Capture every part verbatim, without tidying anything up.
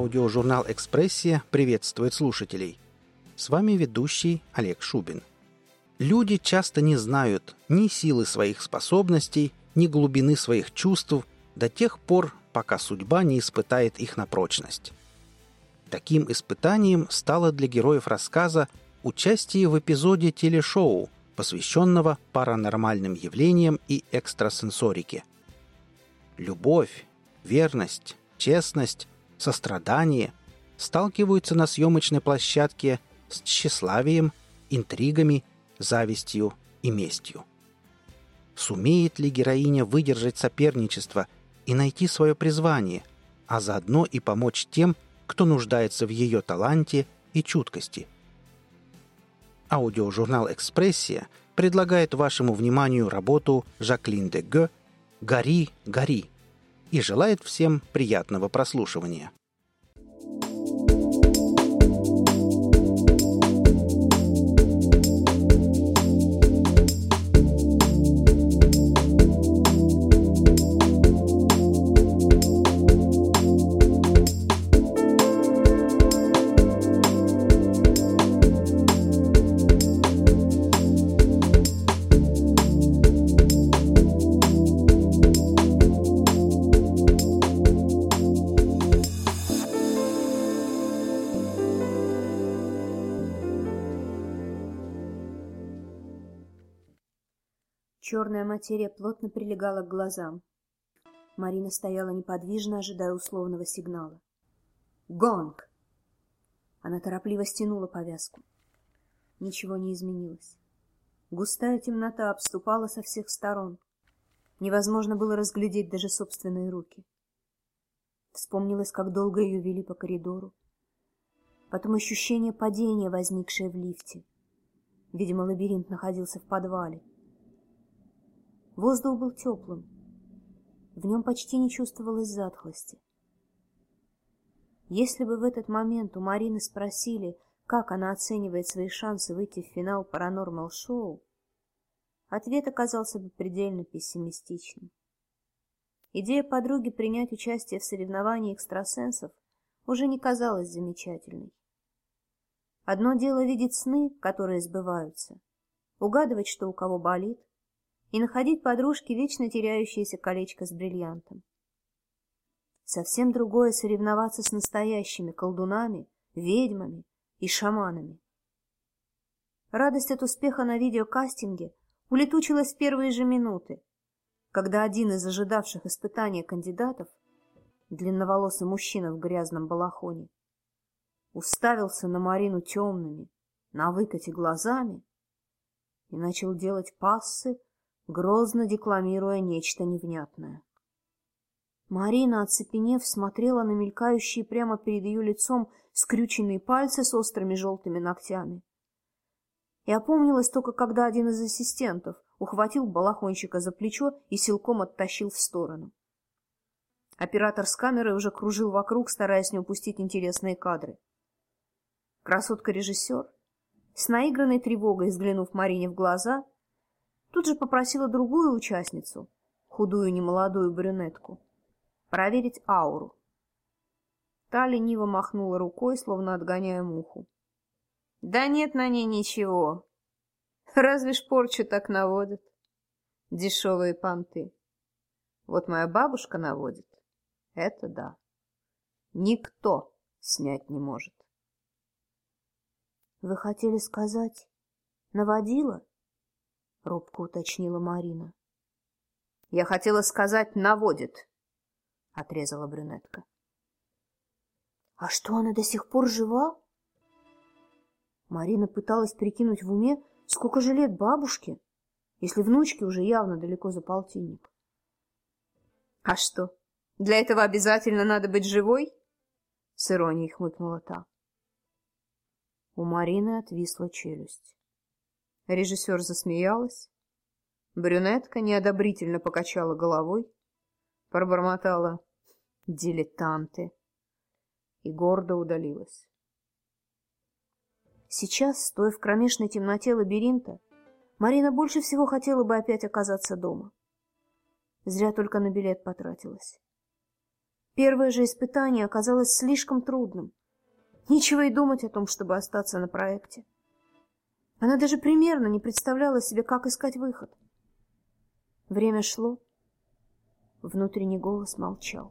Аудиожурнал «Экспрессия» приветствует слушателей. С вами ведущий Олег Шубин. Люди часто не знают ни силы своих способностей, ни глубины своих чувств до тех пор, пока судьба не испытает их на прочность. Таким испытанием стало для героев рассказа участие в эпизоде телешоу, посвященного паранормальным явлениям и экстрасенсорике. Любовь, верность, честность, сострадание сталкиваются на съемочной площадке с тщеславием, интригами, завистью и местью. Сумеет ли героиня выдержать соперничество и найти свое призвание, а заодно и помочь тем, кто нуждается в ее таланте и чуткости? Аудиожурнал «Экспрессия» предлагает вашему вниманию работу Жаклин де Гё «Гори, гори» и желает всем приятного прослушивания. Черная материя плотно прилегала к глазам. Марина стояла неподвижно, ожидая условного сигнала. «Гонг!» Она торопливо стянула повязку. Ничего не изменилось. Густая темнота обступала со всех сторон. Невозможно было разглядеть даже собственные руки. Вспомнилось, как долго ее вели по коридору. Потом ощущение падения, возникшее в лифте. Видимо, лабиринт находился в подвале. Воздух был теплым. В нем почти не чувствовалось затхлости. Если бы в этот момент у Марины спросили, как она оценивает свои шансы выйти в финал Paranormal Show, ответ оказался бы предельно пессимистичным. Идея подруги принять участие в соревновании экстрасенсов уже не казалась замечательной. Одно дело видеть сны, которые сбываются, угадывать, что у кого болит, и находить подружке вечно теряющееся колечко с бриллиантом. Совсем другое — соревноваться с настоящими колдунами, ведьмами и шаманами. Радость от успеха на видеокастинге улетучилась в первые же минуты, когда один из ожидавших испытания кандидатов, длинноволосый мужчина в грязном балахоне, уставился на Марину темными, на выкате глазами и начал делать пассы, грозно декламируя нечто невнятное. Марина, оцепенев, смотрела на мелькающие прямо перед ее лицом скрюченные пальцы с острыми желтыми ногтями. И опомнилась только, когда один из ассистентов ухватил балахонщика за плечо и силком оттащил в сторону. Оператор с камерой уже кружил вокруг, стараясь не упустить интересные кадры. Красотка-режиссер, с наигранной тревогой взглянув Марине в глаза, тут же попросила другую участницу, худую немолодую брюнетку, проверить ауру. Та лениво махнула рукой, словно отгоняя муху. «Да нет на ней ничего. Разве ж порчу так наводят? Дешевые понты. Вот моя бабушка наводит. Это да. Никто снять не может». «Вы хотели сказать, наводила?» — робко уточнила Марина. «Я хотела сказать, наводит», — отрезала брюнетка. «А что, она до сих пор жива?» Марина пыталась прикинуть в уме, сколько же лет бабушке, если внучке уже явно далеко за полтинник. «А что, для этого обязательно надо быть живой?» — с иронией хмыкнула та. У Марины отвисла челюсть. Режиссер засмеялась. Брюнетка неодобрительно покачала головой, пробормотала «дилетанты» и гордо удалилась. Сейчас, стоя в кромешной темноте лабиринта, Марина больше всего хотела бы опять оказаться дома. Зря только на билет потратилась. Первое же испытание оказалось слишком трудным. Нечего и думать о том, чтобы остаться на проекте. Она даже примерно не представляла себе, как искать выход. Время шло. Внутренний голос молчал.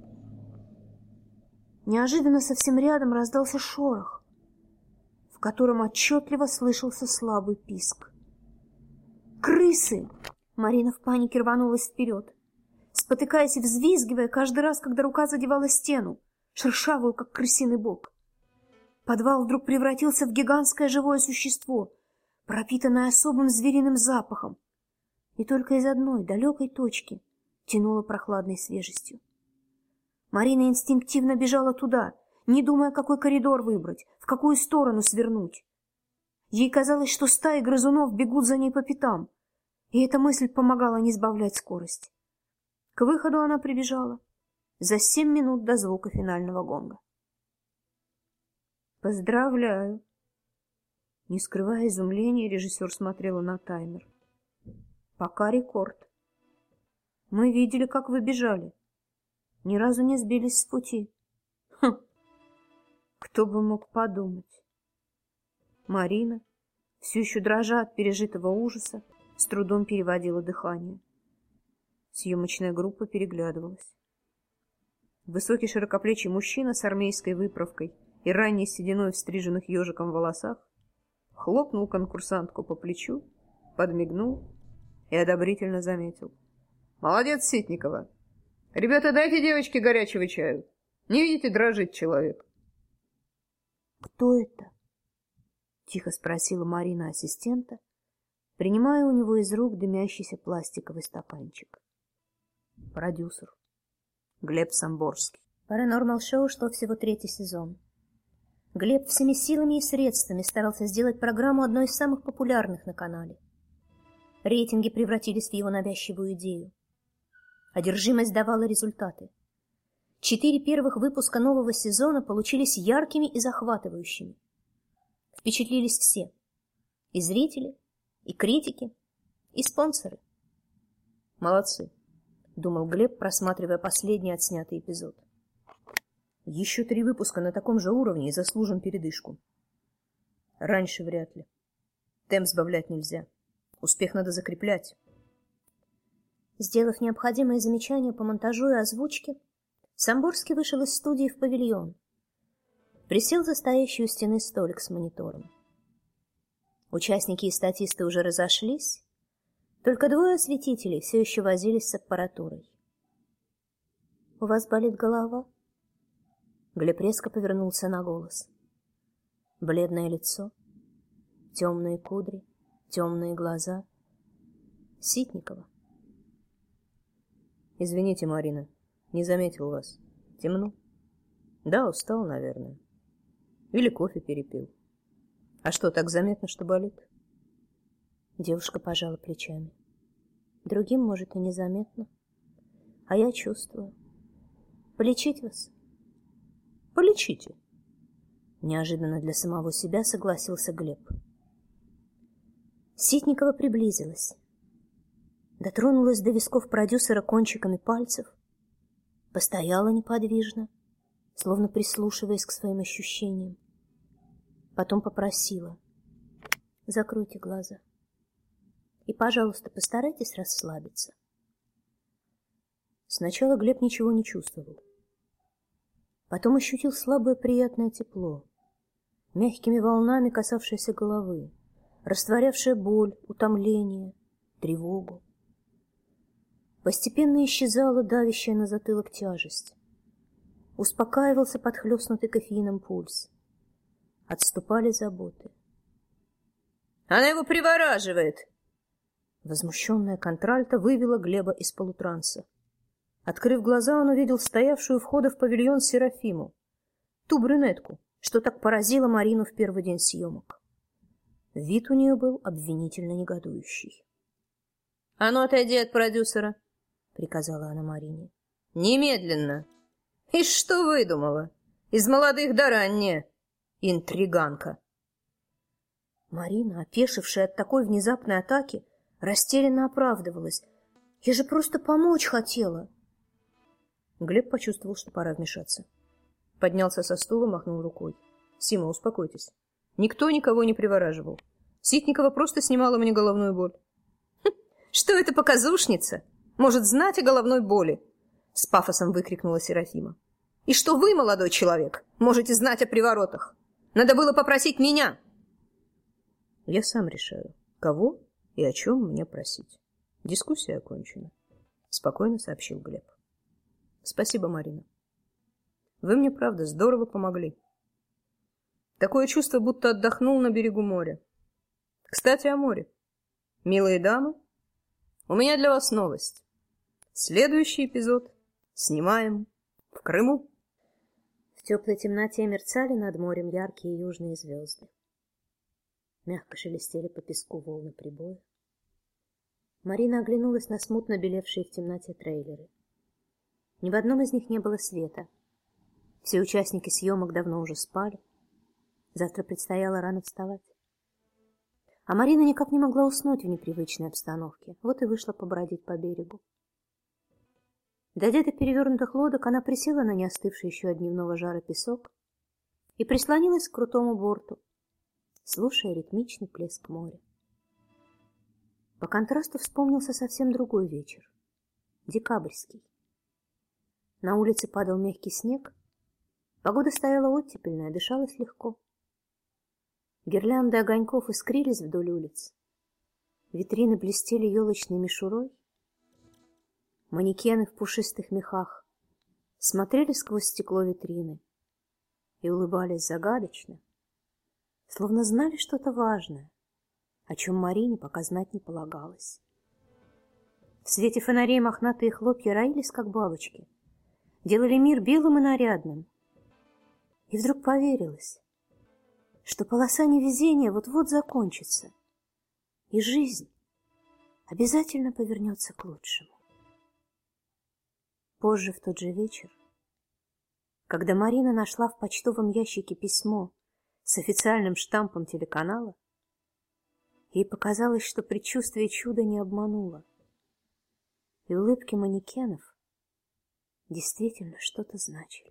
Неожиданно совсем рядом раздался шорох, в котором отчетливо слышался слабый писк. «Крысы!» Марина в панике рванулась вперед, спотыкаясь и взвизгивая каждый раз, когда рука задевала стену, шершавую, как крысиный бок. Подвал вдруг превратился в гигантское живое существо, пропитанное особым звериным запахом, и только из одной далекой точки тянуло прохладной свежестью. Марина инстинктивно бежала туда, не думая, какой коридор выбрать, в какую сторону свернуть. Ей казалось, что стаи грызунов бегут за ней по пятам, и эта мысль помогала не сбавлять скорость. К выходу она прибежала за семь минут до звука финального гонга. «Поздравляю!» Не скрывая изумления, режиссер смотрела на таймер. «Пока рекорд. Мы видели, как вы бежали. Ни разу не сбились с пути. Хм! Кто бы мог подумать?» Марина, все еще дрожа от пережитого ужаса, с трудом переводила дыхание. Съемочная группа переглядывалась. Высокий широкоплечий мужчина с армейской выправкой и ранней сединой в стриженных ежиком волосах хлопнул конкурсантку по плечу, подмигнул и одобрительно заметил: «Молодец, Ситникова! Ребята, дайте девочке горячего чаю. Не видите, дрожит человек». «Кто это?» — тихо спросила Марина ассистента, принимая у него из рук дымящийся пластиковый стаканчик. «Продюсер. Глеб Самборский». «Паранормал Шоу» шло всего третий сезон. Глеб всеми силами и средствами старался сделать программу одной из самых популярных на канале. Рейтинги превратились в его навязчивую идею. Одержимость давала результаты. Четыре первых выпуска нового сезона получились яркими и захватывающими. Впечатлились все. И зрители, и критики, и спонсоры. «Молодцы», — думал Глеб, просматривая последний отснятый эпизод. «Еще три выпуска на таком же уровне и заслужим передышку. Раньше вряд ли. Темп сбавлять нельзя. Успех надо закреплять». Сделав необходимые замечания по монтажу и озвучке, Самборский вышел из студии в павильон. Присел за стоящий у стены столик с монитором. Участники и статисты уже разошлись, только двое осветителей все еще возились с аппаратурой. «У вас болит голова?» Глеб резко повернулся на голос. Бледное лицо, темные кудри, темные глаза. Ситникова. «Извините, Марина, не заметил вас. Темно?» «Да, устал, наверное. Или кофе перепил. А что, так заметно, что болит?» Девушка пожала плечами. «Другим, может, и незаметно. А я чувствую. Полечить вас?» «Полечите». Неожиданно для самого себя согласился Глеб. Ситникова приблизилась. Дотронулась до висков продюсера кончиками пальцев, постояла неподвижно, словно прислушиваясь к своим ощущениям. Потом попросила: «Закройте глаза и, пожалуйста, постарайтесь расслабиться». Сначала Глеб ничего не чувствовал. Потом ощутил слабое приятное тепло, мягкими волнами касавшееся головы, растворявшее боль, утомление, тревогу. Постепенно исчезала давящая на затылок тяжесть. Успокаивался подхлёстнутый кофеином пульс. Отступали заботы. «Она его привораживает!» Возмущенная контральта вывела Глеба из полутранса. Открыв глаза, он увидел стоявшую у входа в павильон Серафиму, ту брюнетку, что так поразила Марину в первый день съемок. Вид у нее был обвинительно негодующий. «А ну, отойди от продюсера!» — приказала она Марине. «Немедленно! И что выдумала? Из молодых до ранее! Интриганка!» Марина, опешившая от такой внезапной атаки, растерянно оправдывалась. «Я же просто помочь хотела!» Глеб почувствовал, что пора вмешаться. Поднялся со стула, махнул рукой. Сима, успокойтесь. Никто никого не привораживал. Ситникова просто снимала мне головную боль. Хм, что это показушница? Может знать о головной боли? С пафосом выкрикнула Серафима. И что вы, молодой человек, можете знать о приворотах? Надо было попросить меня. Я сам решаю, кого и о чем мне просить. Дискуссия окончена, спокойно сообщил Глеб. Спасибо, Марина. Вы мне, правда, здорово помогли. Такое чувство, будто отдохнул на берегу моря. Кстати, о море. Милые дамы, у меня для вас новость. Следующий эпизод снимаем в Крыму. В теплой темноте мерцали над морем яркие южные звезды. Мягко шелестели по песку волны прибоя. Марина оглянулась на смутно белевшие в темноте трейлеры. Ни в одном из них не было света. Все участники съемок давно уже спали. Завтра предстояло рано вставать. А Марина никак не могла уснуть в непривычной обстановке. Вот и вышла побродить по берегу. Дойдя до перевернутых лодок, она присела на не остывший еще от дневного жара песок и прислонилась к крутому борту, слушая ритмичный плеск моря. По контрасту вспомнился совсем другой вечер, декабрьский. На улице падал мягкий снег, погода стояла оттепельная, дышалось легко. Гирлянды огоньков искрились вдоль улиц, витрины блестели елочной мишурой, манекены в пушистых мехах смотрели сквозь стекло витрины и улыбались загадочно, словно знали что-то важное, о чем Марине пока знать не полагалось. В свете фонарей мохнатые хлопья роились, как бабочки, делали мир белым и нарядным. И вдруг поверилось, что полоса невезения вот-вот закончится, и жизнь обязательно повернется к лучшему. Позже, в тот же вечер, когда Марина нашла в почтовом ящике письмо с официальным штампом телеканала, ей показалось, что предчувствие чуда не обмануло, и улыбки манекенов действительно что-то значили.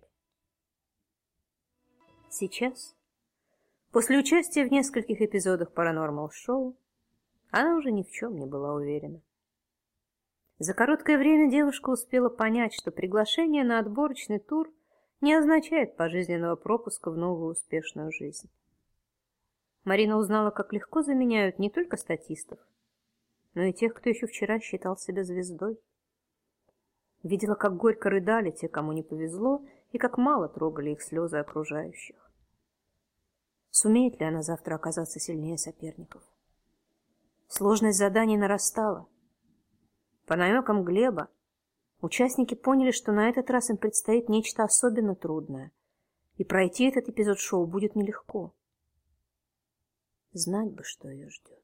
Сейчас, после участия в нескольких эпизодах Paranormal Show, она уже ни в чем не была уверена. За короткое время девушка успела понять, что приглашение на отборочный тур не означает пожизненного пропуска в новую успешную жизнь. Марина узнала, как легко заменяют не только статистов, но и тех, кто еще вчера считал себя звездой. Видела, как горько рыдали те, кому не повезло, и как мало трогали их слезы окружающих. Сумеет ли она завтра оказаться сильнее соперников? Сложность заданий нарастала. По намекам Глеба, участники поняли, что на этот раз им предстоит нечто особенно трудное, и пройти этот эпизод шоу будет нелегко. Знать бы, что ее ждет.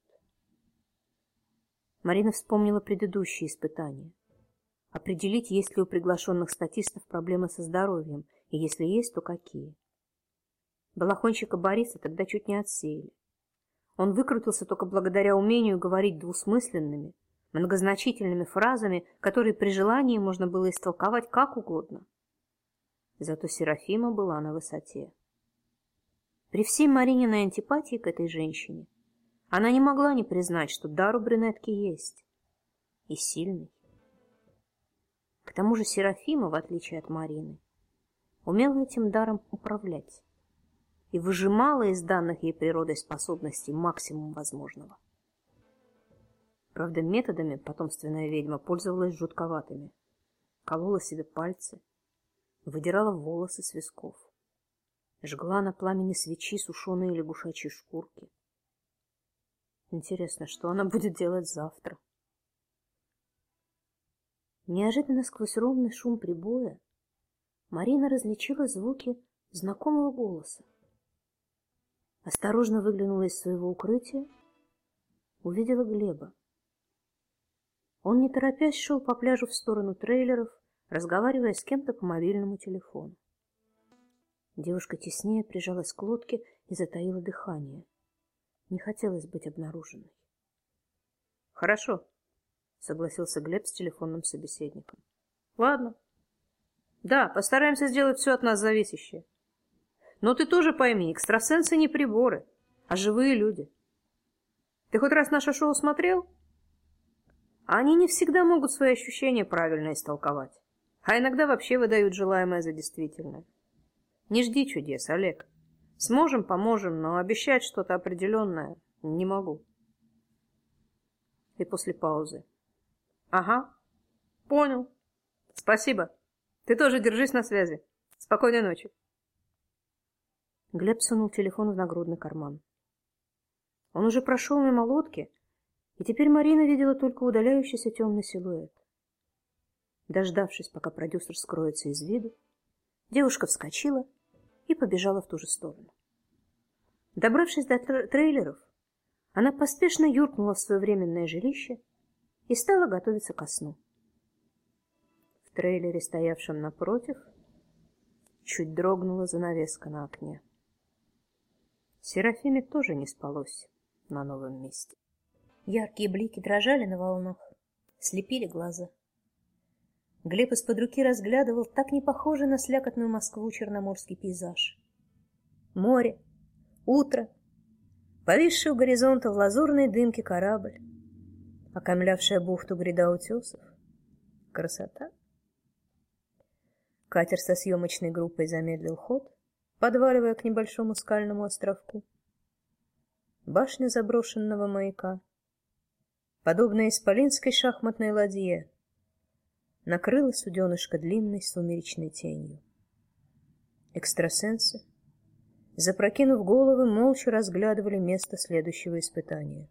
Марина вспомнила предыдущие испытания. Определить, есть ли у приглашенных статистов проблемы со здоровьем, и если есть, то какие. Балахонщика Бориса тогда чуть не отсеяли. Он выкрутился только благодаря умению говорить двусмысленными, многозначительными фразами, которые при желании можно было истолковать как угодно. Зато Серафима была на высоте. При всей Марининой антипатии к этой женщине она не могла не признать, что дар у брюнетки есть. И сильный. К тому же Серафима, в отличие от Марины, умела этим даром управлять и выжимала из данных ей природой способностей максимум возможного. Правда, методами потомственная ведьма пользовалась жутковатыми. Колола себе пальцы, выдирала волосы с висков, жгла на пламени свечи сушеные лягушачьи шкурки. Интересно, что она будет делать завтра? Неожиданно сквозь ровный шум прибоя Марина различила звуки знакомого голоса. Осторожно выглянула из своего укрытия, увидела Глеба. Он, не торопясь, шел по пляжу в сторону трейлеров, разговаривая с кем-то по мобильному телефону. Девушка теснее прижалась к лодке и затаила дыхание. Не хотелось быть обнаруженной. — Хорошо, — согласился Глеб с телефонным собеседником. — Ладно, Да, постараемся сделать все от нас зависящее. Но ты тоже пойми, экстрасенсы не приборы, а живые люди. Ты хоть раз наше шоу смотрел? Они не всегда могут свои ощущения правильно истолковать, а иногда вообще выдают желаемое за действительное. Не жди чудес, Олег. Сможем, поможем, но обещать что-то определенное не могу. И после паузы. Ага, понял. Спасибо. Ты тоже держись на связи. Спокойной ночи. Глеб сунул телефон в нагрудный карман. Он уже прошел мимо лодки, и теперь Марина видела только удаляющийся темный силуэт. Дождавшись, пока продюсер скроется из виду, девушка вскочила и побежала в ту же сторону. Добравшись до трейлеров, она поспешно юркнула в свое временное жилище и стала готовиться ко сну. В трейлере, стоявшем напротив, чуть дрогнула занавеска на окне. Серафиме тоже не спалось на новом месте. Яркие блики дрожали на волнах, слепили глаза. Глеб из-под руки разглядывал так не похожий на слякотную Москву черноморский пейзаж. Море, утро, повисший у горизонта в лазурной дымке корабль, окаймлявшая бухту гряда утесов. Красота. Катер со съемочной группой замедлил ход, подваливая к небольшому скальному островку. Башня заброшенного маяка, подобная исполинской шахматной ладье, накрыла суденышко длинной сумеречной тенью. Экстрасенсы, запрокинув головы, молча разглядывали место следующего испытания.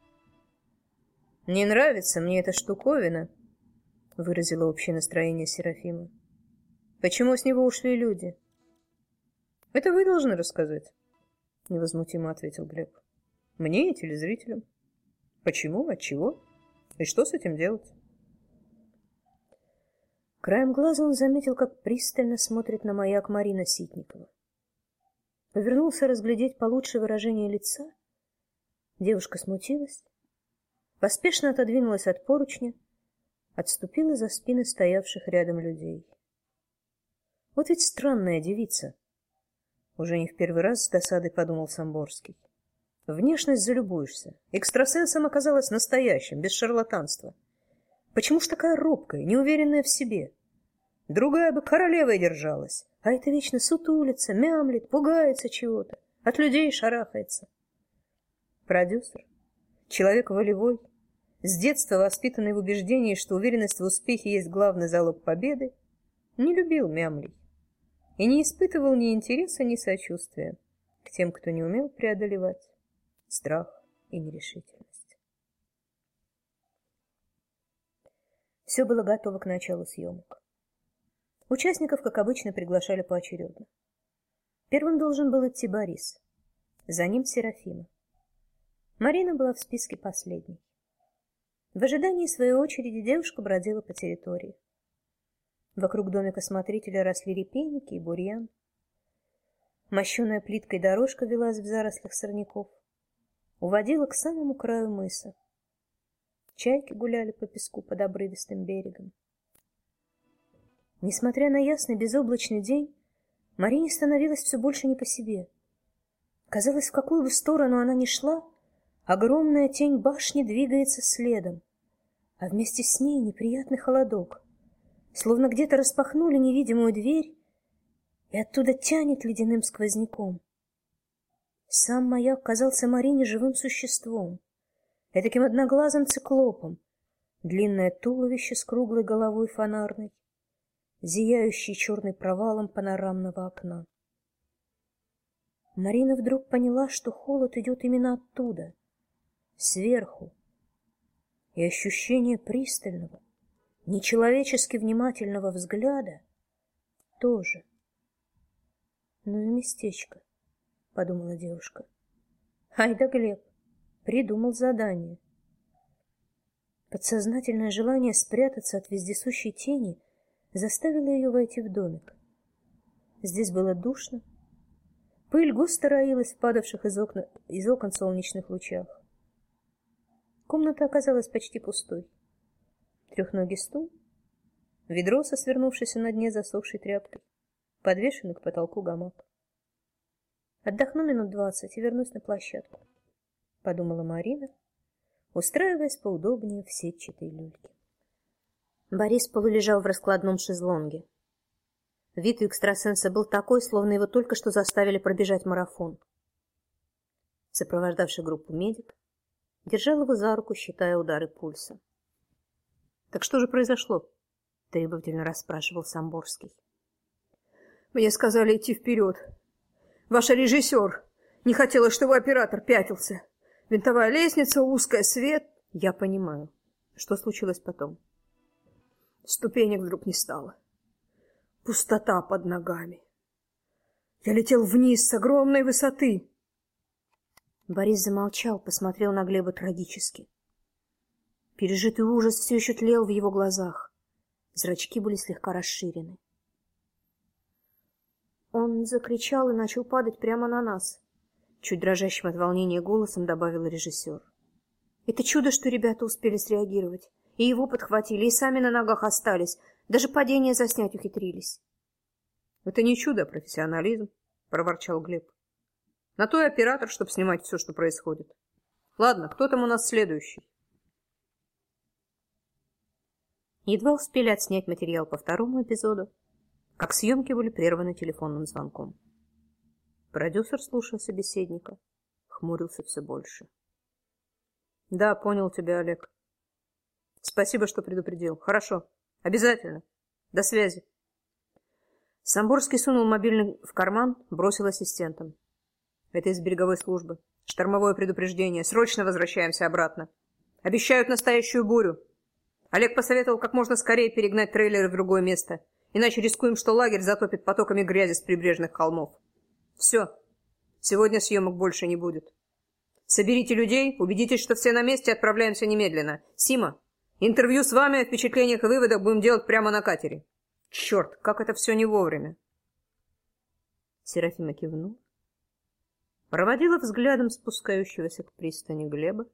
«Не нравится мне эта штуковина», — выразила общее настроение Серафима. «Почему с него ушли люди?» «Это вы должны рассказать», — невозмутимо ответил Глеб. «Мне и телезрителям. Почему, отчего и что с этим делать?» Краем глаза он заметил, как пристально смотрит на маяк Марина Ситникова. Повернулся разглядеть получше выражение лица. Девушка смутилась, поспешно отодвинулась от поручня, отступила за спины стоявших рядом людей. Вот ведь странная девица. Уже не в первый раз с досадой подумал Самборский. Внешность залюбуешься. Экстрасенсом оказалась настоящим, без шарлатанства. Почему ж такая робкая, неуверенная в себе? Другая бы королевой держалась, а это вечно сутулится, мямлит, пугается чего-то, от людей шарахается. Продюсер, человек волевой, с детства воспитанный в убеждении, что уверенность в успехе есть главный залог победы, не любил мямлей и не испытывал ни интереса, ни сочувствия к тем, кто не умел преодолевать страх и нерешительность. Все было готово к началу съемок. Участников, как обычно, приглашали поочередно. Первым должен был идти Борис, за ним Серафима. Марина была в списке последней. В ожидании своей очереди девушка бродила по территории. Вокруг домика смотрителя росли репейники и бурьян. Мощеная плиткой дорожка велась в зарослях сорняков, уводила к самому краю мыса. Чайки гуляли по песку под обрывистым берегом. Несмотря на ясный безоблачный день, Марине становилось все больше не по себе. Казалось, в какую бы сторону она ни шла, огромная тень башни двигается следом, а вместе с ней неприятный холодок, словно где-то распахнули невидимую дверь, и оттуда тянет ледяным сквозняком. Сам маяк казался Марине живым существом, этаким одноглазым циклопом, длинное туловище с круглой головой фонарной, зияющий черным провалом панорамного окна. Марина вдруг поняла, что холод идет именно оттуда, сверху, и ощущение пристального, нечеловечески внимательного взгляда тоже. «Ну и местечко», — подумала девушка. «Ай да Глеб, придумал задание». Подсознательное желание спрятаться от вездесущей тени заставило ее войти в домик. Здесь было душно. Пыль густо роилась в падавших из, окна, из окон солнечных лучах. Комната оказалась почти пустой. Трехногий стул, Ведро со свернувшейся на дне засохшей тряпкой, подвешенный к потолку гамак. Отдохну минут двадцать и вернусь на площадку, подумала Марина, устраиваясь поудобнее в сетчатой люльке. Борис полулежал в раскладном шезлонге. Вид у экстрасенса был такой, словно его только что заставили пробежать марафон. Сопровождавший группу медик держал его за руку, считая удары пульса. — Так что же произошло? — требовательно расспрашивал Самборский. — Мне сказали идти вперед. Ваш режиссер не хотела, чтобы оператор пятился. Винтовая лестница, узкая, свет. Я понимаю. Что случилось потом? Ступенек вдруг не стало. Пустота под ногами. Я летел вниз с огромной высоты. Борис замолчал, посмотрел на Глеба трагически. Пережитый ужас все еще тлел в его глазах. Зрачки были слегка расширены. Он закричал и начал падать прямо на нас. Чуть дрожащим от волнения голосом добавил режиссер. Это чудо, что ребята успели среагировать. И его подхватили, и сами на ногах остались. Даже падение заснять ухитрились. — Это не чудо, а профессионализм, — проворчал Глеб. — На то и оператор, чтобы снимать все, что происходит. Ладно, кто там у нас следующий? Едва успели отснять материал по второму эпизоду, как съемки были прерваны телефонным звонком. Продюсер, слушая собеседника, хмурился все больше. — Да, понял тебя, Олег. Спасибо, что предупредил. Хорошо. Обязательно. До связи. Самборский сунул мобильный в карман, бросил ассистентам. Это из береговой службы. Штормовое предупреждение. Срочно возвращаемся обратно. Обещают настоящую бурю. Олег посоветовал как можно скорее перегнать трейлеры в другое место. Иначе рискуем, что лагерь затопит потоками грязи с прибрежных холмов. Все. Сегодня съемок больше не будет. Соберите людей, убедитесь, что все на месте, и отправляемся немедленно. Сима, интервью с вами о впечатлениях и выводах будем делать прямо на катере. Черт, как это все не вовремя. Серафима кивнул, проводила взглядом спускающегося к пристани Глеба,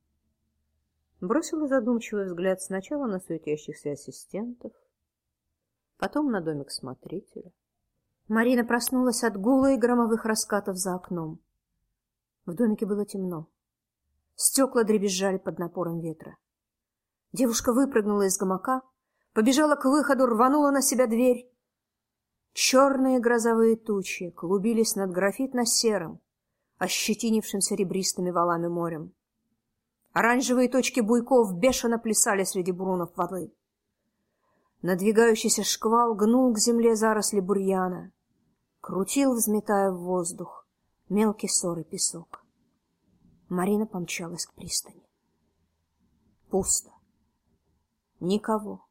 бросила задумчивый взгляд сначала на суетящихся ассистентов, потом на домик смотрителя. Марина проснулась от гула и громовых раскатов за окном. В домике было темно. Стекла дребезжали под напором ветра. Девушка выпрыгнула из гамака, побежала к выходу, рванула на себя дверь. Черные грозовые тучи клубились над графитно-серым, ощетинившимся ребристыми валами морем. Оранжевые точки буйков бешено плясали среди бурунов воды. Надвигающийся шквал гнул к земле заросли бурьяна, крутил, взметая в воздух мелкий сорый песок. Марина помчалась к пристани. Пусто. Никого.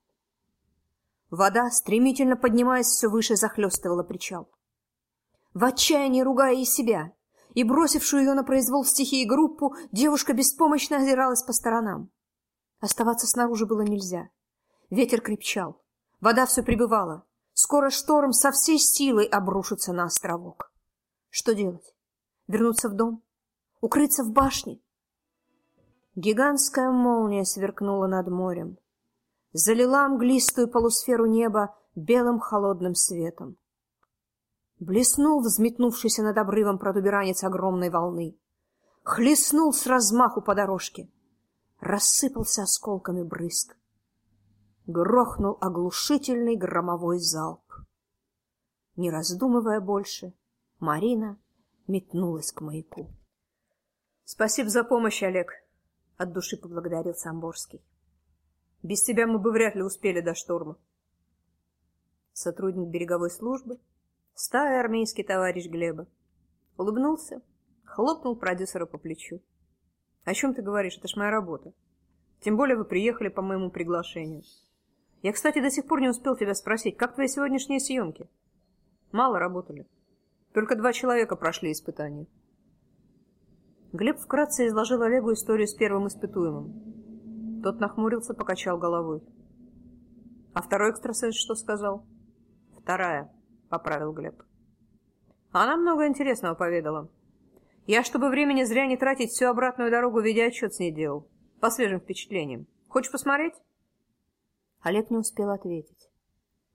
Вода, стремительно поднимаясь все выше, захлестывала причал. В отчаянии ругая и себя, и бросившую ее на произвол стихии группу, девушка беспомощно озиралась по сторонам. Оставаться снаружи было нельзя. Ветер крепчал, вода все прибывала. Скоро шторм со всей силой обрушится на островок. Что делать? Вернуться в дом? Укрыться в башне? Гигантская молния сверкнула над морем, залила мглистую полусферу неба белым холодным светом. Блеснул взметнувшийся над обрывом протуберанец огромной волны, хлестнул с размаху по дорожке, рассыпался осколками брызг. Грохнул оглушительный громовой залп. Не раздумывая больше, Марина метнулась к маяку. — Спасибо за помощь, Олег, — от души поблагодарил Самборский. — Без тебя мы бы вряд ли успели до шторма. Сотрудник береговой службы, старый армейский товарищ Глеба, улыбнулся, хлопнул продюсера по плечу. — О чем ты говоришь? Это ж моя работа. Тем более вы приехали по моему приглашению. Я, кстати, до сих пор не успел тебя спросить, как твои сегодняшние съемки? Мало работали. Только два человека прошли испытания. Глеб вкратце изложил Олегу историю с первым испытуемым. Тот нахмурился, покачал головой. — А второй экстрасенс что сказал? — Вторая, — поправил Глеб. Она много интересного поведала. Я, чтобы времени зря не тратить, всю обратную дорогу видеоотчет с ней делал. По свежим впечатлениям. Хочешь посмотреть? Олег не успел ответить.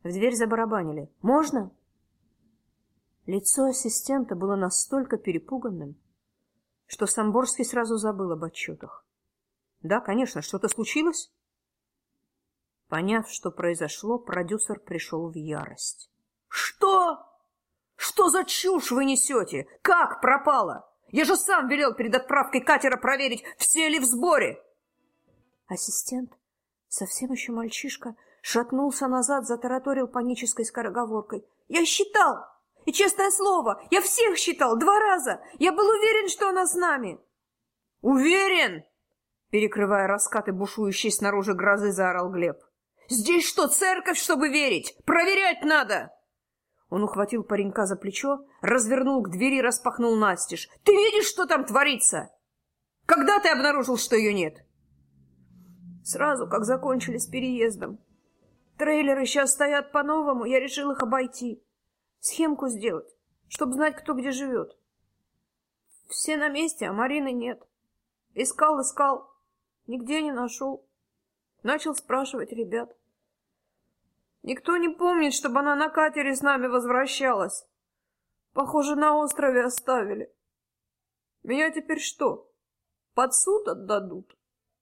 В дверь забарабанили. «Можно?» Лицо ассистента было настолько перепуганным, что Самборский сразу забыл об отчетах. «Да, конечно, что-то случилось?» Поняв, что произошло, продюсер пришел в ярость. «Что? Что за чушь вы несете? Как пропало? Я же сам велел перед отправкой катера проверить, все ли в сборе!» Ассистент, совсем еще мальчишка, шатнулся назад, затараторил панической скороговоркой. «Я считал! И, честное слово, я всех считал два раза! Я был уверен, что она с нами!» «Уверен?» — перекрывая раскаты бушующей снаружи грозы, заорал Глеб. «Здесь что, церковь, чтобы верить? Проверять надо!» Он ухватил паренька за плечо, развернул к двери, распахнул настежь. «Ты видишь, что там творится? Когда ты обнаружил, что ее нет?» «Сразу, как закончили с переездом. Трейлеры сейчас стоят по-новому, я решил их обойти. Схемку сделать, чтобы знать, кто где живет. Все на месте, а Марины нет. Искал, искал, нигде не нашел. Начал спрашивать ребят. Никто не помнит, чтобы она на катере с нами возвращалась. Похоже, на острове оставили. Меня теперь что, под суд отдадут?»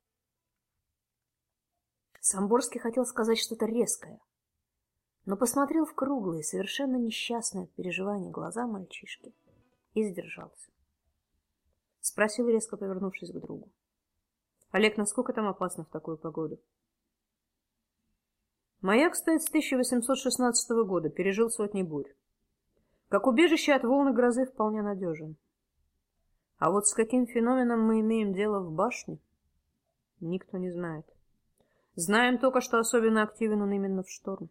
Самборский хотел сказать что-то резкое, но посмотрел в круглые, совершенно несчастные от переживания глаза мальчишки и сдержался. Спросил, резко повернувшись к другу. «Олег, насколько там опасно в такую погоду?» «Маяк стоит с тысяча восемьсот шестнадцатого года, пережил сотни бурь. Как убежище от волны грозы вполне надежен. А вот с каким феноменом мы имеем дело в башне, никто не знает. Знаем только, что особенно активен он именно в шторм».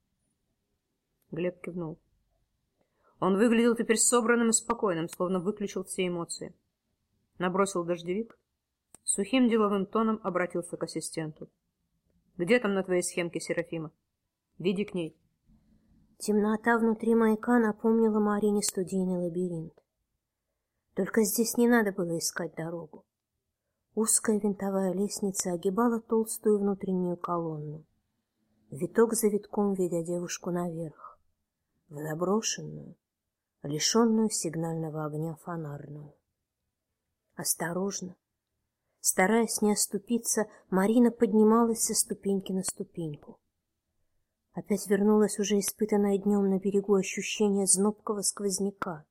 Глеб кивнул. Он выглядел теперь собранным и спокойным, словно выключил все эмоции. Набросил дождевик, сухим деловым тоном обратился к ассистенту. «Где там на твоей схемке Серафима? Веди к ней». Темнота внутри маяка напомнила Марине студийный лабиринт. Только здесь не надо было искать дорогу. Узкая винтовая лестница огибала толстую внутреннюю колонну, виток за витком ведя девушку наверх, в заброшенную, лишенную сигнального огня фонарную. Осторожно, стараясь не оступиться, Марина поднималась со ступеньки на ступеньку. Опять вернулось уже испытанное днем на берегу ощущение знобкого сквозняка.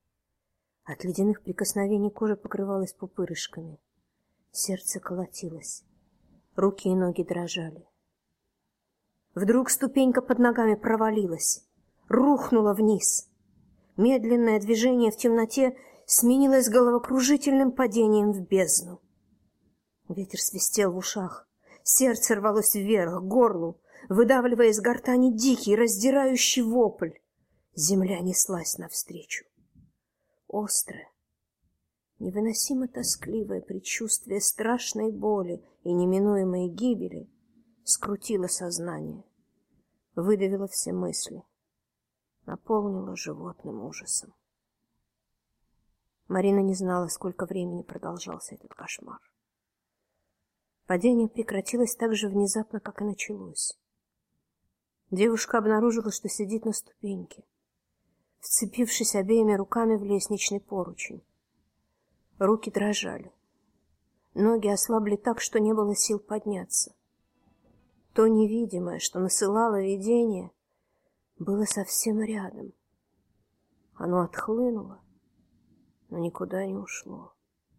От ледяных прикосновений кожа покрывалась пупырышками. Сердце колотилось, руки и ноги дрожали. Вдруг ступенька под ногами провалилась, рухнула вниз. Медленное движение в темноте сменилось головокружительным падением в бездну. Ветер свистел в ушах, сердце рвалось вверх, к горлу, выдавливая из гортани дикий, раздирающий вопль. Земля неслась навстречу. Острое, невыносимо тоскливое предчувствие страшной боли и неминуемой гибели скрутило сознание, выдавило все мысли, наполнило животным ужасом. Марина не знала, сколько времени продолжался этот кошмар. Падение прекратилось так же внезапно, как и началось. Девушка обнаружила, что сидит на ступеньке, вцепившись обеими руками в лестничный поручень. Руки дрожали. Ноги ослабли так, что не было сил подняться. То невидимое, что насылало видение, было совсем рядом. Оно отхлынуло, но никуда не ушло.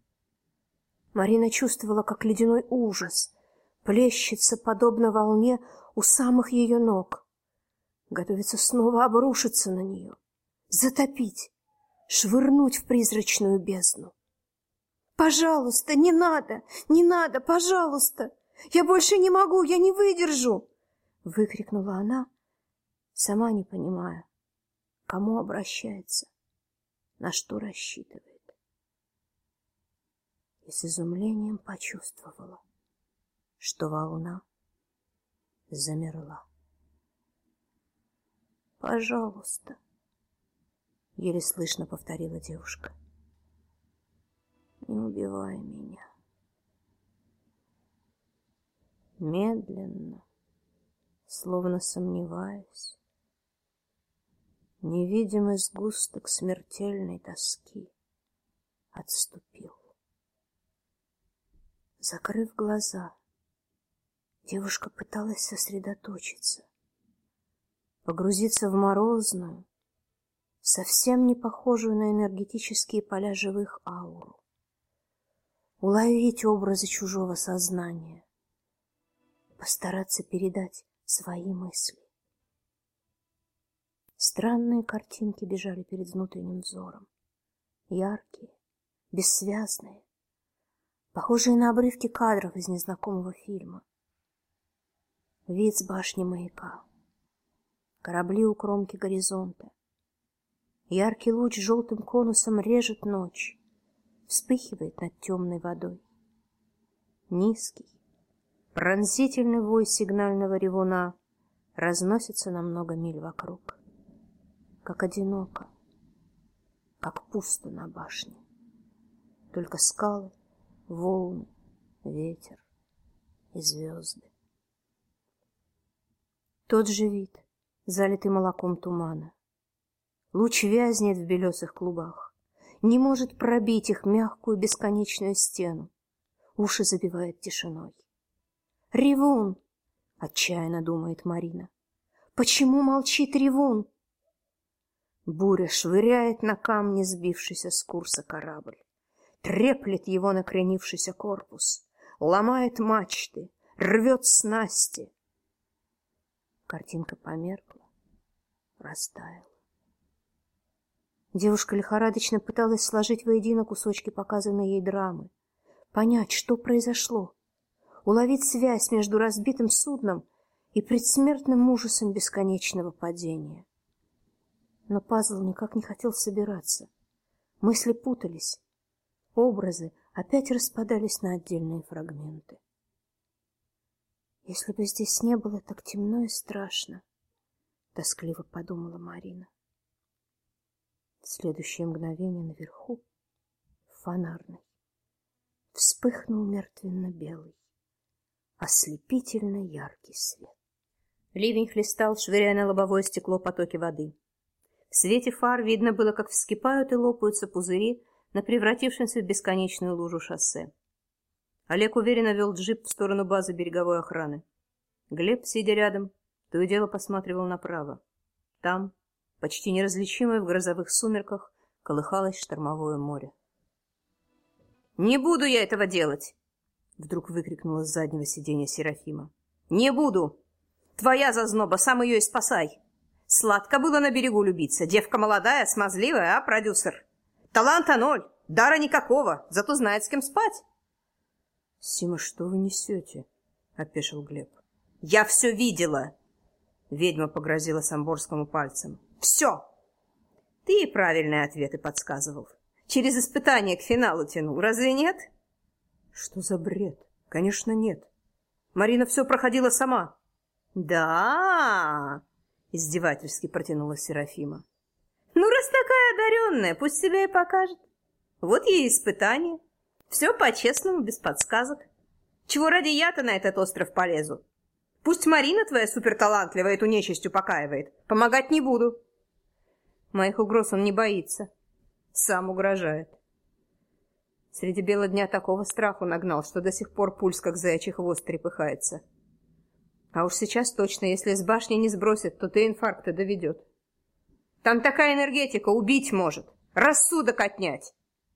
Марина чувствовала, как ледяной ужас плещется, подобно волне, у самых ее ног. Готовится снова обрушиться на нее, затопить, швырнуть в призрачную бездну. «Пожалуйста, не надо, не надо, пожалуйста! Я больше не могу, я не выдержу!» Выкрикнула она, сама не понимая, к кому обращается, на что рассчитывает. И с изумлением почувствовала, что волна замерла. «Пожалуйста», — еле слышно повторила девушка, — «не убивай меня». Медленно, словно сомневаясь, невидимый сгусток смертельной тоски отступил. Закрыв глаза, девушка пыталась сосредоточиться, погрузиться в морозную, совсем не похожую на энергетические поля живых ауру, уловить образы чужого сознания, постараться передать свои мысли. Странные картинки бежали перед внутренним взором, яркие, бессвязные, похожие на обрывки кадров из незнакомого фильма. Вид с башни маяка, корабли у кромки горизонта. Яркий луч желтым конусом режет ночь, вспыхивает над темной водой. Низкий, пронзительный вой сигнального ревуна разносится на много миль вокруг. Как одиноко, как пусто на башне. Только скалы, волны, ветер и звезды. Тот же вид, залитый молоком тумана. Луч вязнет в белесых клубах, не может пробить их мягкую бесконечную стену. Уши забивает тишиной. «Ревун!» — отчаянно думает Марина. «Почему молчит ревун?» Буря швыряет на камни сбившийся с курса корабль, треплет его накренившийся корпус, ломает мачты, рвет снасти. Картинка померкла, растаяла. Девушка лихорадочно пыталась сложить воедино кусочки показанной ей драмы, понять, что произошло, уловить связь между разбитым судном и предсмертным ужасом бесконечного падения. Но пазл никак не хотел собираться. Мысли путались. Образы опять распадались на отдельные фрагменты. «Если бы здесь не было так темно и страшно», — тоскливо подумала Марина. В следующее мгновение наверху, в фонарной, вспыхнул мертвенно-белый, ослепительно яркий свет. Ливень хлестал, швыряя на лобовое стекло потоки воды. В свете фар видно было, как вскипают и лопаются пузыри на превратившемся в бесконечную лужу шоссе. Олег уверенно вел джип в сторону базы береговой охраны. Глеб, сидя рядом, то и дело посматривал направо. Там, почти неразличимое в грозовых сумерках, колыхалось штормовое море. «Не буду я этого делать!» — вдруг выкрикнула с заднего сиденья Серафима. «Не буду! Твоя зазноба, сам ее и спасай! Сладко было на берегу любиться. Девка молодая, смазливая, а, продюсер? Таланта ноль, дара никакого, зато знает, с кем спать!» «Сима, что вы несете?» — опешил Глеб. «Я все видела!» — ведьма погрозила Самборскому пальцем. «Все!» «Ты и правильные ответы подсказывал. Через испытание к финалу тянул. Разве нет?» «Что за бред? Конечно, нет. Марина все проходила сама». «Да!» — издевательски протянула Серафима. «Ну, раз такая одаренная, пусть себя и покажет. Вот ей испытание. Все по-честному, без подсказок. Чего ради я-то на этот остров полезу? Пусть Марина твоя суперталантливая эту нечисть упокаивает. Помогать не буду». Моих угроз он не боится. Сам угрожает. Среди бела дня такого страху нагнал, что до сих пор пульс, как заячий хвост, трепыхается. А уж сейчас точно, если с башни не сбросит, то до инфаркта доведет. Там такая энергетика, убить может, рассудок отнять.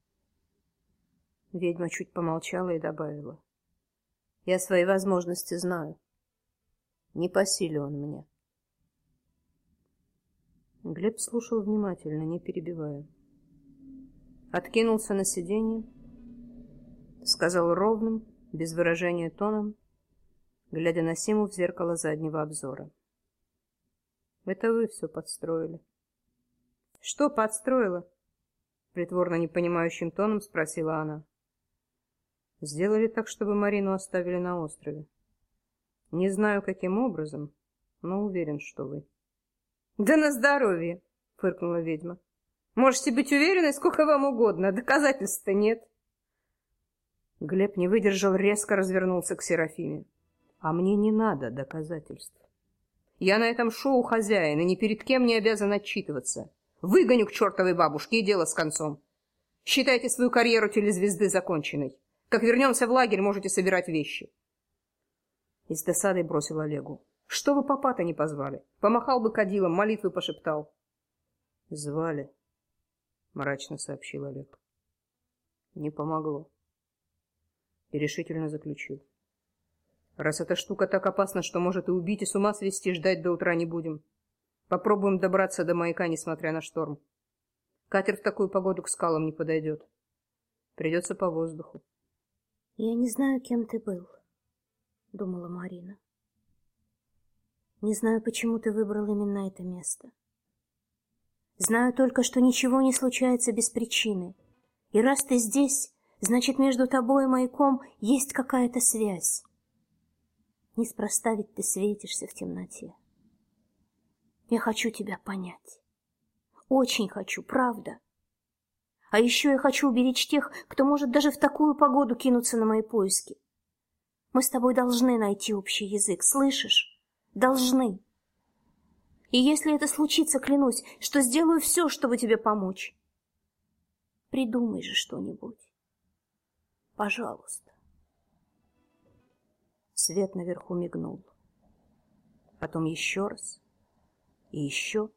Ведьма чуть помолчала и добавила. Я свои возможности знаю. Не по силе он мне. Глеб слушал внимательно, не перебивая. Откинулся на сиденье, сказал ровным, без выражения тоном, глядя на Симу в зеркало заднего обзора. «Это вы все подстроили». «Что подстроила?» Притворно непонимающим тоном спросила она. «Сделали так, чтобы Марину оставили на острове. Не знаю, каким образом, но уверен, что вы». «Да на здоровье!» — фыркнула ведьма. «Можете быть уверены, сколько вам угодно, доказательств-то нет». Глеб не выдержал, резко развернулся к Серафиме. «А мне не надо доказательств. Я на этом шоу хозяин и ни перед кем не обязан отчитываться. Выгоню к чертовой бабушке, и дело с концом. Считайте свою карьеру телезвезды законченной. Как вернемся в лагерь, можете собирать вещи. И с досадой бросил Олегу. Что вы папа-то не позвали? Помахал бы кадилом, молитвы пошептал. Звали, мрачно сообщил Олег. Не помогло. И решительно заключил. Раз эта штука так опасна, что может и убить, и с ума свести, ждать до утра не будем. Попробуем добраться до маяка, несмотря на шторм. Катер в такую погоду к скалам не подойдет. Придется по воздуху. Я не знаю, кем ты был, думала Марина. Не знаю, почему ты выбрал именно это место. Знаю только, что ничего не случается без причины. И раз ты здесь, значит, между тобой и маяком есть какая-то связь. Неспроста ведь ты светишься в темноте. Я хочу тебя понять. Очень хочу, правда. А еще я хочу уберечь тех, кто может даже в такую погоду кинуться на мои поиски. Мы с тобой должны найти общий язык, слышишь? Должны. И если это случится, клянусь, что сделаю все, чтобы тебе помочь. Придумай же что-нибудь. Пожалуйста. Свет наверху мигнул. Потом еще раз. И еще.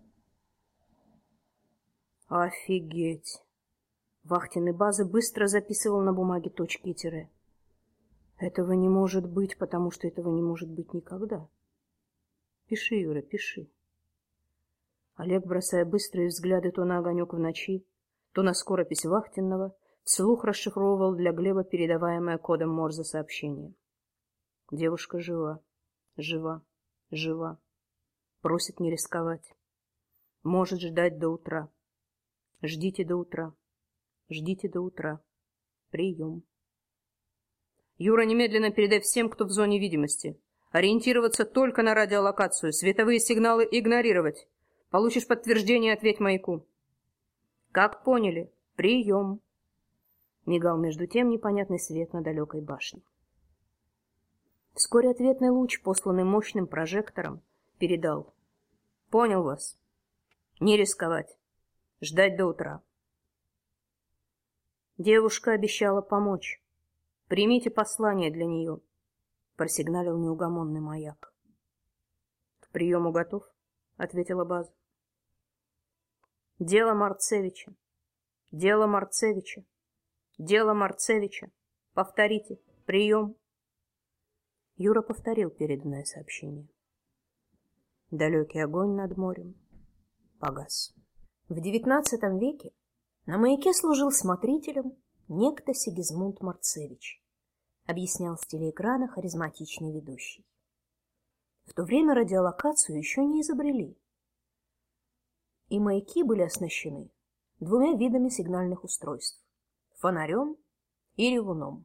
Офигеть. Вахтенный базы быстро записывал на бумаге точки и тире. Этого не может быть, потому что этого не может быть никогда. Пиши, Юра, пиши. Олег, бросая быстрые взгляды то на огонек в ночи, то на скоропись вахтенного, вслух расшифровывал для Глеба передаваемое кодом Морзе сообщение. Девушка жива, жива, жива. Просит не рисковать. Может ждать до утра. Ждите до утра. Ждите до утра. Прием. Юра, немедленно передай всем, кто в зоне видимости. Ориентироваться только на радиолокацию. Световые сигналы игнорировать. Получишь подтверждение, ответь маяку. Как поняли? Прием. Мигал между тем непонятный свет на далекой башне. Вскоре ответный луч, посланный мощным прожектором, передал. Понял вас. Не рисковать. Ждать до утра. Девушка обещала помочь. Примите послание для нее, просигналил неугомонный маяк. К приему готов, ответила база. Дело Марцевича. Дело Марцевича. Дело Марцевича. Повторите. Прием. Юра повторил переданное сообщение. Далекий огонь над морем погас. В девятнадцатом веке на маяке служил смотрителем некто Сигизмунд Марцевич, объяснял с телеэкрана харизматичный ведущий. В то время радиолокацию еще не изобрели, и маяки были оснащены двумя видами сигнальных устройств – фонарем и ревуном.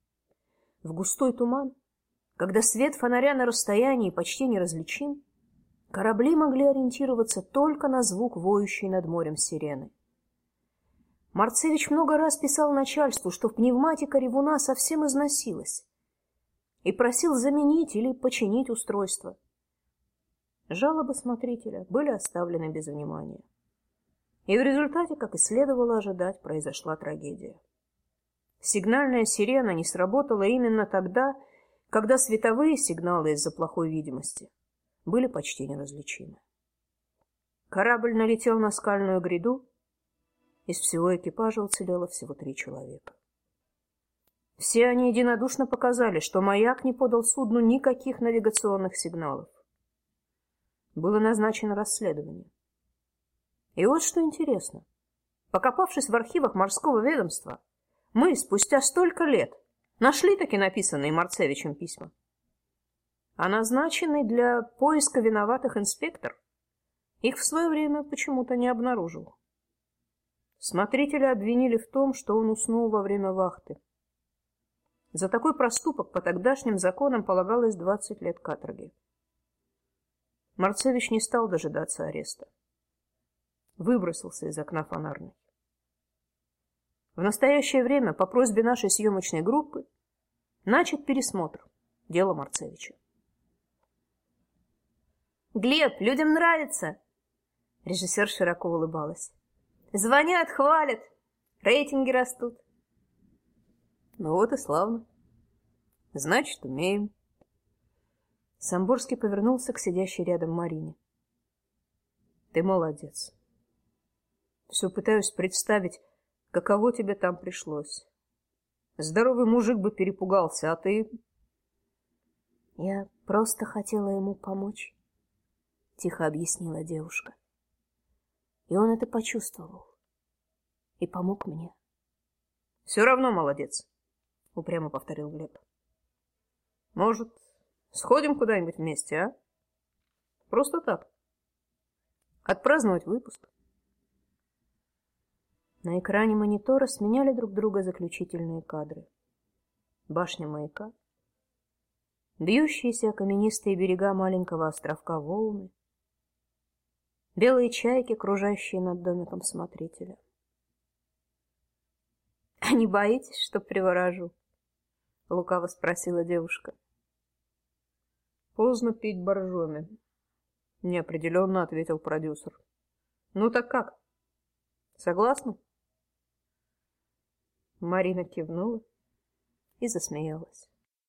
В густой туман, когда свет фонаря на расстоянии почти неразличим, корабли могли ориентироваться только на звук воющей над морем сирены. Марцевич много раз писал начальству, что пневматика ревуна совсем износилась, и просил заменить или починить устройство. Жалобы смотрителя были оставлены без внимания. И в результате, как и следовало ожидать, произошла трагедия. Сигнальная сирена не сработала именно тогда, когда световые сигналы из-за плохой видимости были почти неразличимы. Корабль налетел на скальную гряду. Из всего экипажа уцелело всего три человека. Все они единодушно показали, что маяк не подал судну никаких навигационных сигналов. Было назначено расследование. И вот что интересно. Покопавшись в архивах морского ведомства, мы, спустя столько лет, нашли таки написанные Марцевичем письма. А назначенный для поиска виноватых инспектор их в свое время почему-то не обнаружил. Смотрителя обвинили в том, что он уснул во время вахты. За такой проступок по тогдашним законам полагалось двадцать лет каторги. Марцевич не стал дожидаться ареста. Выбросился из окна фонарной. В настоящее время по просьбе нашей съемочной группы начат пересмотр дела Марцевича. Глеб, людям нравится!» Режиссер широко улыбалась. «Звонят, хвалят, рейтинги растут». «Ну вот и славно. Значит, умеем». Самбурский повернулся к сидящей рядом Марине. «Ты молодец. Все пытаюсь представить, каково тебе там пришлось. Здоровый мужик бы перепугался, а ты...» «Я просто хотела ему помочь», — тихо объяснила девушка. И он это почувствовал. И помог мне. «Все равно молодец», — упрямо повторил Глеб. «Может, сходим куда-нибудь вместе, а? Просто так. Отпраздновать выпуск». На экране монитора сменяли друг друга заключительные кадры. Башня маяка, бьющиеся о каменистые берега маленького островка волны, белые чайки, кружащие над домиком смотрителя. «А не боитесь, что приворожу?» — лукаво спросила девушка. «Поздно пить боржоми», — неопределенно ответил продюсер. «Ну так как? Согласна?» Марина кивнула и засмеялась.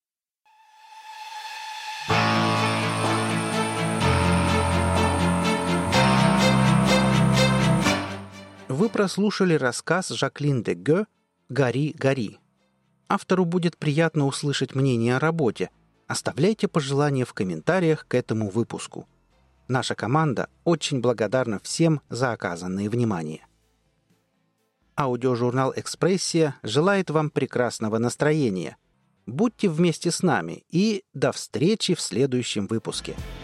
Вы прослушали рассказ Жаклин де Гё «Гори, гори». Автору будет приятно услышать мнение о работе. Оставляйте пожелания в комментариях к этому выпуску. Наша команда очень благодарна всем за оказанное внимание. Аудиожурнал «Экспрессия» желает вам прекрасного настроения. Будьте вместе с нами и до встречи в следующем выпуске.